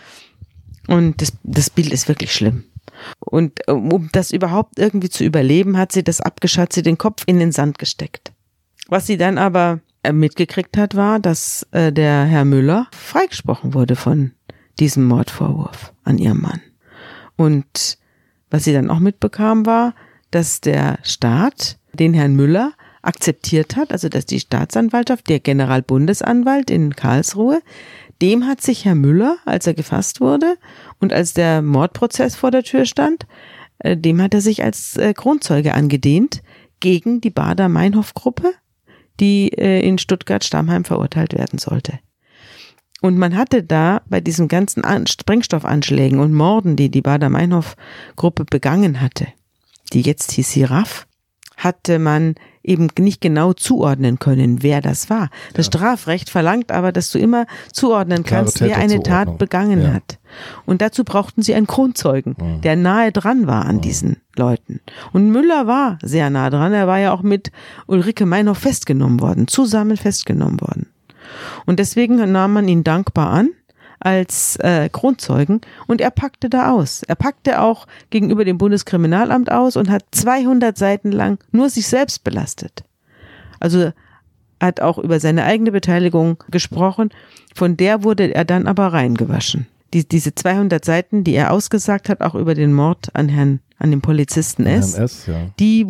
Und das Bild ist wirklich schlimm. Und um das überhaupt irgendwie zu überleben, hat sie das abgeschafft, sie den Kopf in den Sand gesteckt. Was sie dann aber mitgekriegt hat, war, dass der Herr Müller freigesprochen wurde von diesem Mordvorwurf an ihrem Mann. Und was sie dann auch mitbekam, war, dass der Staat den Herrn Müller akzeptiert hat, also dass die Staatsanwaltschaft, der Generalbundesanwalt in Karlsruhe, dem hat sich Herr Müller, als er gefasst wurde und als der Mordprozess vor der Tür stand, dem hat er sich als Kronzeuge angedient gegen die Baader-Meinhof-Gruppe, die in Stuttgart-Stammheim verurteilt werden sollte. Und man hatte da bei diesen ganzen Sprengstoffanschlägen und Morden, die die Baader-Meinhof-Gruppe begangen hatte, die jetzt hieß sie RAF, hatte man eben nicht genau zuordnen können, wer das war. Das Strafrecht verlangt aber, dass du immer zuordnen kannst, wer eine Tat begangen hat. Und dazu brauchten sie einen Kronzeugen, der nahe dran war an diesen Leuten. Und Müller war sehr nah dran. Er war ja auch mit Ulrike Meinhof zusammen festgenommen worden. Und deswegen nahm man ihn dankbar an als Kronzeugen und er packte da aus. Er packte auch gegenüber dem Bundeskriminalamt aus und hat 200 Seiten lang nur sich selbst belastet. Also hat auch über seine eigene Beteiligung gesprochen. Von der wurde er dann aber reingewaschen. Diese 200 Seiten, die er ausgesagt hat, auch über den Mord an dem Polizisten S., die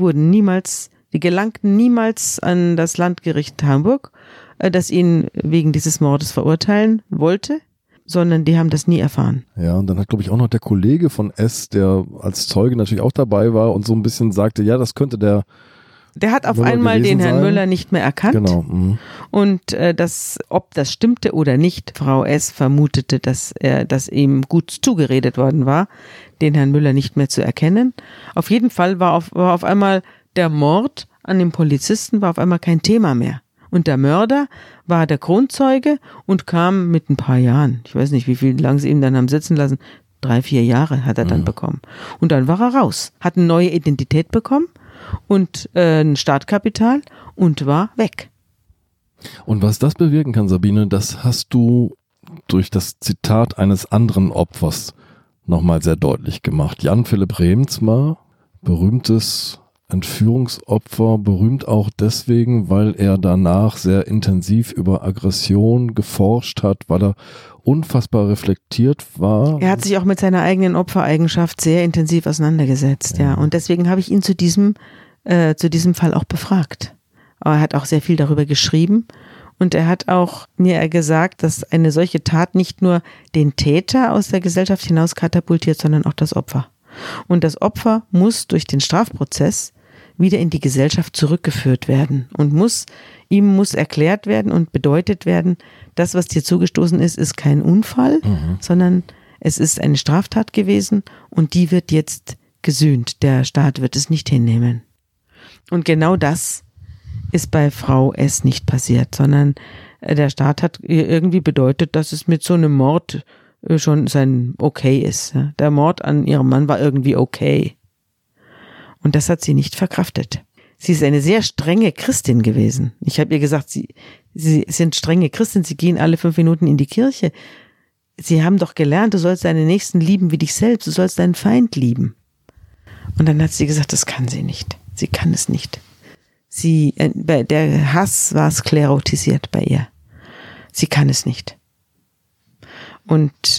gelangten niemals an das Landgericht Hamburg, das ihn wegen dieses Mordes verurteilen wollte, sondern die haben das nie erfahren. Ja, und dann hat, glaube ich, auch noch der Kollege von S., der als Zeuge natürlich auch dabei war und so ein bisschen sagte, ja, das könnte der hat auf einmal den Herrn Müller nicht mehr erkannt. Genau. Und ob das stimmte oder nicht, Frau S. vermutete, dass ihm gut zugeredet worden war, den Herrn Müller nicht mehr zu erkennen. Auf jeden Fall war auf einmal der Mord an dem Polizisten war auf einmal kein Thema mehr. Und der Mörder war der Kronzeuge und kam mit ein paar Jahren. Ich weiß nicht, wie lange sie ihn dann haben sitzen lassen. 3-4 Jahre hat er dann bekommen. Und dann war er raus, hat eine neue Identität bekommen und ein Startkapital und war weg. Und was das bewirken kann, Sabine, das hast du durch das Zitat eines anderen Opfers nochmal sehr deutlich gemacht. Jan Philipp Reemtsma, berühmtes Entführungsopfer, berühmt auch deswegen, weil er danach sehr intensiv über Aggression geforscht hat, weil er unfassbar reflektiert war. Er hat sich auch mit seiner eigenen Opfereigenschaft sehr intensiv auseinandergesetzt, ja. Und deswegen habe ich ihn zu diesem Fall auch befragt. Aber er hat auch sehr viel darüber geschrieben und er hat auch mir gesagt, dass eine solche Tat nicht nur den Täter aus der Gesellschaft hinaus katapultiert, sondern auch das Opfer. Und das Opfer muss durch den Strafprozess wieder in die Gesellschaft zurückgeführt werden und ihm muss erklärt werden und bedeutet werden, das, was dir zugestoßen ist, ist kein Unfall, sondern es ist eine Straftat gewesen und die wird jetzt gesühnt. Der Staat wird es nicht hinnehmen. Und genau das ist bei Frau S. nicht passiert, sondern der Staat hat irgendwie bedeutet, dass es mit so einem Mord schon sein Okay ist. Der Mord an ihrem Mann war irgendwie okay. Und das hat sie nicht verkraftet. Sie ist eine sehr strenge Christin gewesen. Ich habe ihr gesagt, sie sind strenge Christin, sie gehen alle 5 Minuten in die Kirche. Sie haben doch gelernt, du sollst deinen Nächsten lieben wie dich selbst, du sollst deinen Feind lieben. Und dann hat sie gesagt, das kann sie nicht. Sie kann es nicht. Der Hass war sklerotisiert bei ihr. Sie kann es nicht. Und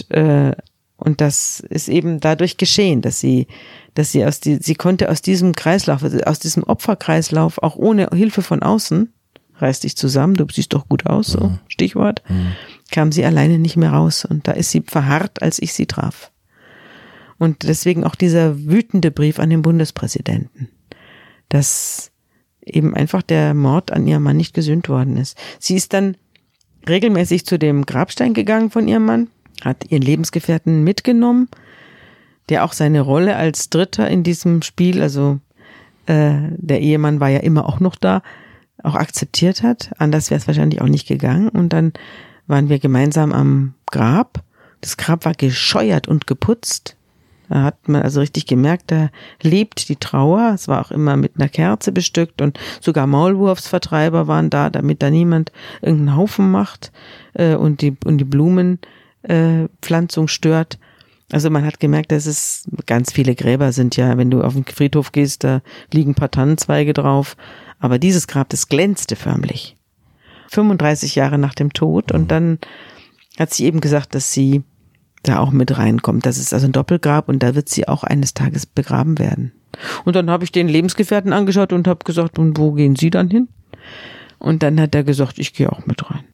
das ist eben dadurch geschehen, dass sie konnte aus diesem Kreislauf, aus diesem Opferkreislauf, auch ohne Hilfe von außen, reiß dich zusammen, du siehst doch gut aus, so Stichwort, kam sie alleine nicht mehr raus. Und da ist sie verharrt, als ich sie traf. Und deswegen auch dieser wütende Brief an den Bundespräsidenten, dass eben einfach der Mord an ihrem Mann nicht gesühnt worden ist. Sie ist dann regelmäßig zu dem Grabstein gegangen von ihrem Mann, hat ihren Lebensgefährten mitgenommen, der auch seine Rolle als Dritter in diesem Spiel, also der Ehemann war ja immer auch noch da, auch akzeptiert hat. Anders wäre es wahrscheinlich auch nicht gegangen. Und dann waren wir gemeinsam am Grab. Das Grab war gescheuert und geputzt. Da hat man also richtig gemerkt, da lebt die Trauer. Es war auch immer mit einer Kerze bestückt und sogar Maulwurfsvertreiber waren da, damit da niemand irgendeinen Haufen macht und die Blumenpflanzung stört. Also man hat gemerkt, dass es ganz viele Gräber sind ja, wenn du auf den Friedhof gehst, da liegen ein paar Tannenzweige drauf. Aber dieses Grab, das glänzte förmlich. 35 Jahre nach dem Tod. Und dann hat sie eben gesagt, dass sie da auch mit reinkommt. Das ist also ein Doppelgrab und da wird sie auch eines Tages begraben werden. Und dann habe ich den Lebensgefährten angeschaut und habe gesagt, und wo gehen Sie dann hin? Und dann hat er gesagt, ich gehe auch mit rein.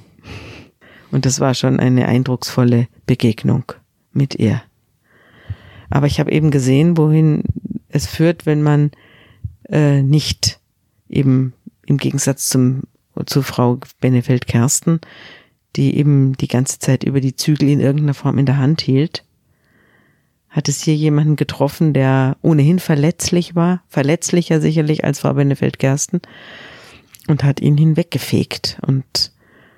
Und das war schon eine eindrucksvolle Begegnung mit ihr. Aber ich habe eben gesehen, wohin es führt, wenn man nicht eben im Gegensatz zu Frau Benefeld-Kersten, die eben die ganze Zeit über die Zügel in irgendeiner Form in der Hand hielt, hat es hier jemanden getroffen, der ohnehin verletzlich war, verletzlicher sicherlich als Frau Benefeld-Kersten, und hat ihn hinweggefegt. Und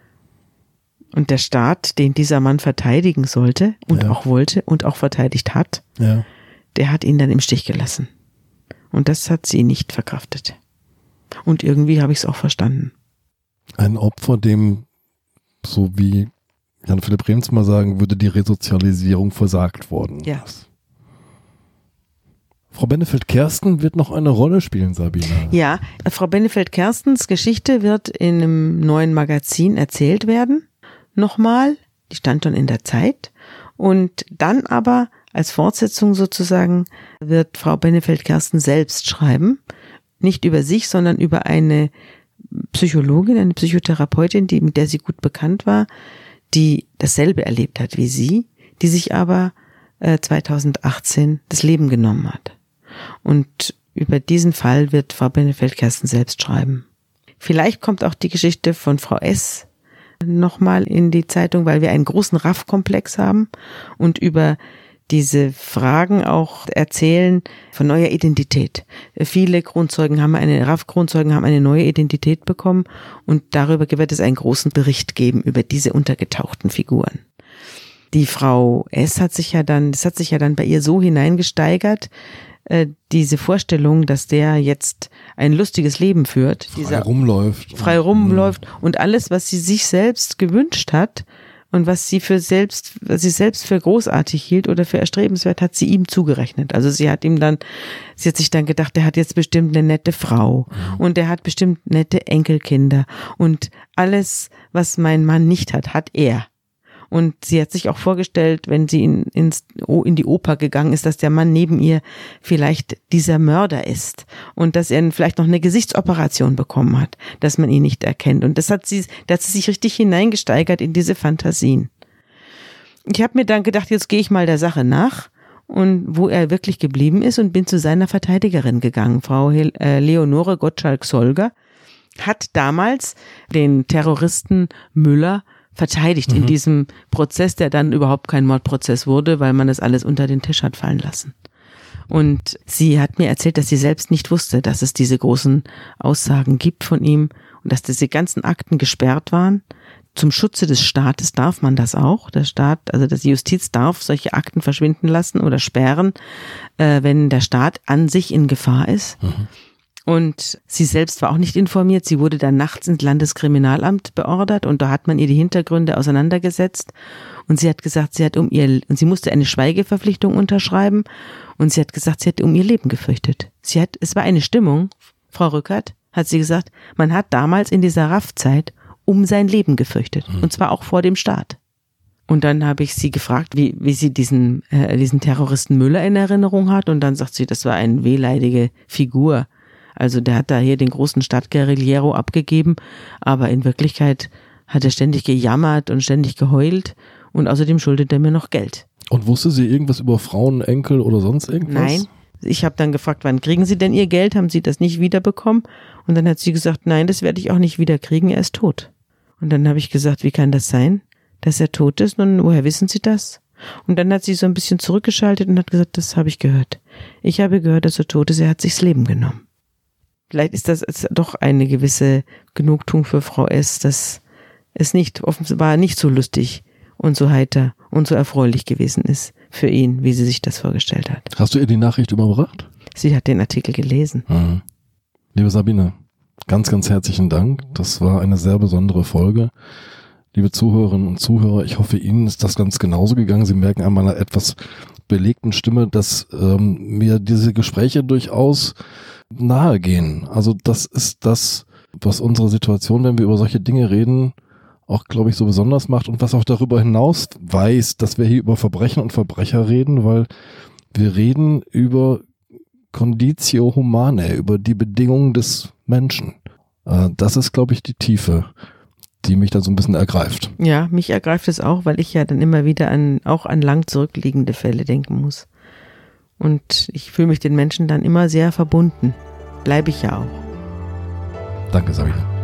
der Staat, den dieser Mann verteidigen sollte und auch wollte und auch verteidigt hat, der hat ihn dann im Stich gelassen. Und das hat sie nicht verkraftet. Und irgendwie habe ich es auch verstanden. Ein Opfer, dem, so wie Jan Philipp Reemtsma sagen würde, die Resozialisierung versagt worden ist. Frau Benefeld-Kersten wird noch eine Rolle spielen, Sabine. Ja, Frau Benefeld-Kerstens Geschichte wird in einem neuen Magazin erzählt werden. Nochmal, die stand schon in der Zeit. Und dann aber als Fortsetzung sozusagen wird Frau Benefeld-Kersten selbst schreiben. Nicht über sich, sondern über eine Psychologin, eine Psychotherapeutin, mit der sie gut bekannt war, die dasselbe erlebt hat wie sie, die sich aber 2018 das Leben genommen hat. Und über diesen Fall wird Frau Benefeld-Kersten selbst schreiben. Vielleicht kommt auch die Geschichte von Frau S. nochmal in die Zeitung, weil wir einen großen Raff-Komplex haben und über diese Fragen auch erzählen von neuer Identität. Viele Kronzeugen haben Raff-Kronzeugen haben eine neue Identität bekommen und darüber wird es einen großen Bericht geben über diese untergetauchten Figuren. Die Frau S. das hat sich ja dann bei ihr so hineingesteigert, diese Vorstellung, dass der jetzt ein lustiges Leben führt, frei rumläuft und alles, was sie sich selbst gewünscht hat und was sie selbst für großartig hielt oder für erstrebenswert, hat sie ihm zugerechnet. Also sie hat sich dann gedacht, der hat jetzt bestimmt eine nette Frau und der hat bestimmt nette Enkelkinder und alles, was mein Mann nicht hat, hat er. Und sie hat sich auch vorgestellt, wenn sie in die Oper gegangen ist, dass der Mann neben ihr vielleicht dieser Mörder ist und dass er vielleicht noch eine Gesichtsoperation bekommen hat, dass man ihn nicht erkennt. Und da hat sie sich richtig hineingesteigert in diese Fantasien. Ich habe mir dann gedacht, jetzt gehe ich mal der Sache nach und wo er wirklich geblieben ist und bin zu seiner Verteidigerin gegangen. Frau Leonore Gottschalk-Solger hat damals den Terroristen Müller verteidigt in diesem Prozess, der dann überhaupt kein Mordprozess wurde, weil man das alles unter den Tisch hat fallen lassen. Und sie hat mir erzählt, dass sie selbst nicht wusste, dass es diese großen Aussagen gibt von ihm und dass diese ganzen Akten gesperrt waren. Zum Schutze des Staates darf man das auch. Der Staat, also die Justiz darf solche Akten verschwinden lassen oder sperren, wenn der Staat an sich in Gefahr ist. Und sie selbst war auch nicht informiert. Sie wurde dann nachts ins Landeskriminalamt beordert und da hat man ihr die Hintergründe auseinandergesetzt. Und sie hat gesagt, sie musste eine Schweigeverpflichtung unterschreiben und sie hat gesagt, sie hätte um ihr Leben gefürchtet. Es war eine Stimmung, Frau Rückert, hat sie gesagt, man hat damals in dieser Raff-Zeit um sein Leben gefürchtet. Und zwar auch vor dem Staat. Und dann habe ich sie gefragt, wie sie diesen Terroristen Müller in Erinnerung hat. Und dann sagt sie, das war eine wehleidige Figur. Also der hat da hier den großen Stadtguerillero abgegeben, aber in Wirklichkeit hat er ständig gejammert und ständig geheult und außerdem schuldet er mir noch Geld. Und wusste sie irgendwas über Frauen, Enkel oder sonst irgendwas? Nein. Ich habe dann gefragt, wann kriegen Sie denn Ihr Geld? Haben Sie das nicht wiederbekommen? Und dann hat sie gesagt, nein, das werde ich auch nicht wiederkriegen, er ist tot. Und dann habe ich gesagt, wie kann das sein, dass er tot ist? Und woher wissen Sie das? Und dann hat sie so ein bisschen zurückgeschaltet und hat gesagt, das habe ich gehört. Ich habe gehört, dass er tot ist, er hat sich das Leben genommen. Vielleicht ist das doch eine gewisse Genugtuung für Frau S., dass es offenbar nicht so lustig und so heiter und so erfreulich gewesen ist für ihn, wie sie sich das vorgestellt hat. Hast du ihr die Nachricht überbracht? Sie hat den Artikel gelesen. Mhm. Liebe Sabine, ganz, ganz herzlichen Dank. Das war eine sehr besondere Folge. Liebe Zuhörerinnen und Zuhörer, ich hoffe, Ihnen ist das ganz genauso gegangen. Sie merken an meiner etwas belegten Stimme, dass mir diese Gespräche durchaus nahe gehen. Also das ist das, was unsere Situation, wenn wir über solche Dinge reden, auch, glaube ich, so besonders macht und was auch darüber hinaus weiß, dass wir hier über Verbrechen und Verbrecher reden, weil wir reden über Conditio Humanae, über die Bedingungen des Menschen. Das ist, glaube ich, die Tiefe, die mich dann so ein bisschen ergreift. Ja, mich ergreift es auch, weil ich ja dann immer wieder auch an lang zurückliegende Fälle denken muss. Und ich fühle mich den Menschen dann immer sehr verbunden. Bleibe ich ja auch. Danke, Sabine.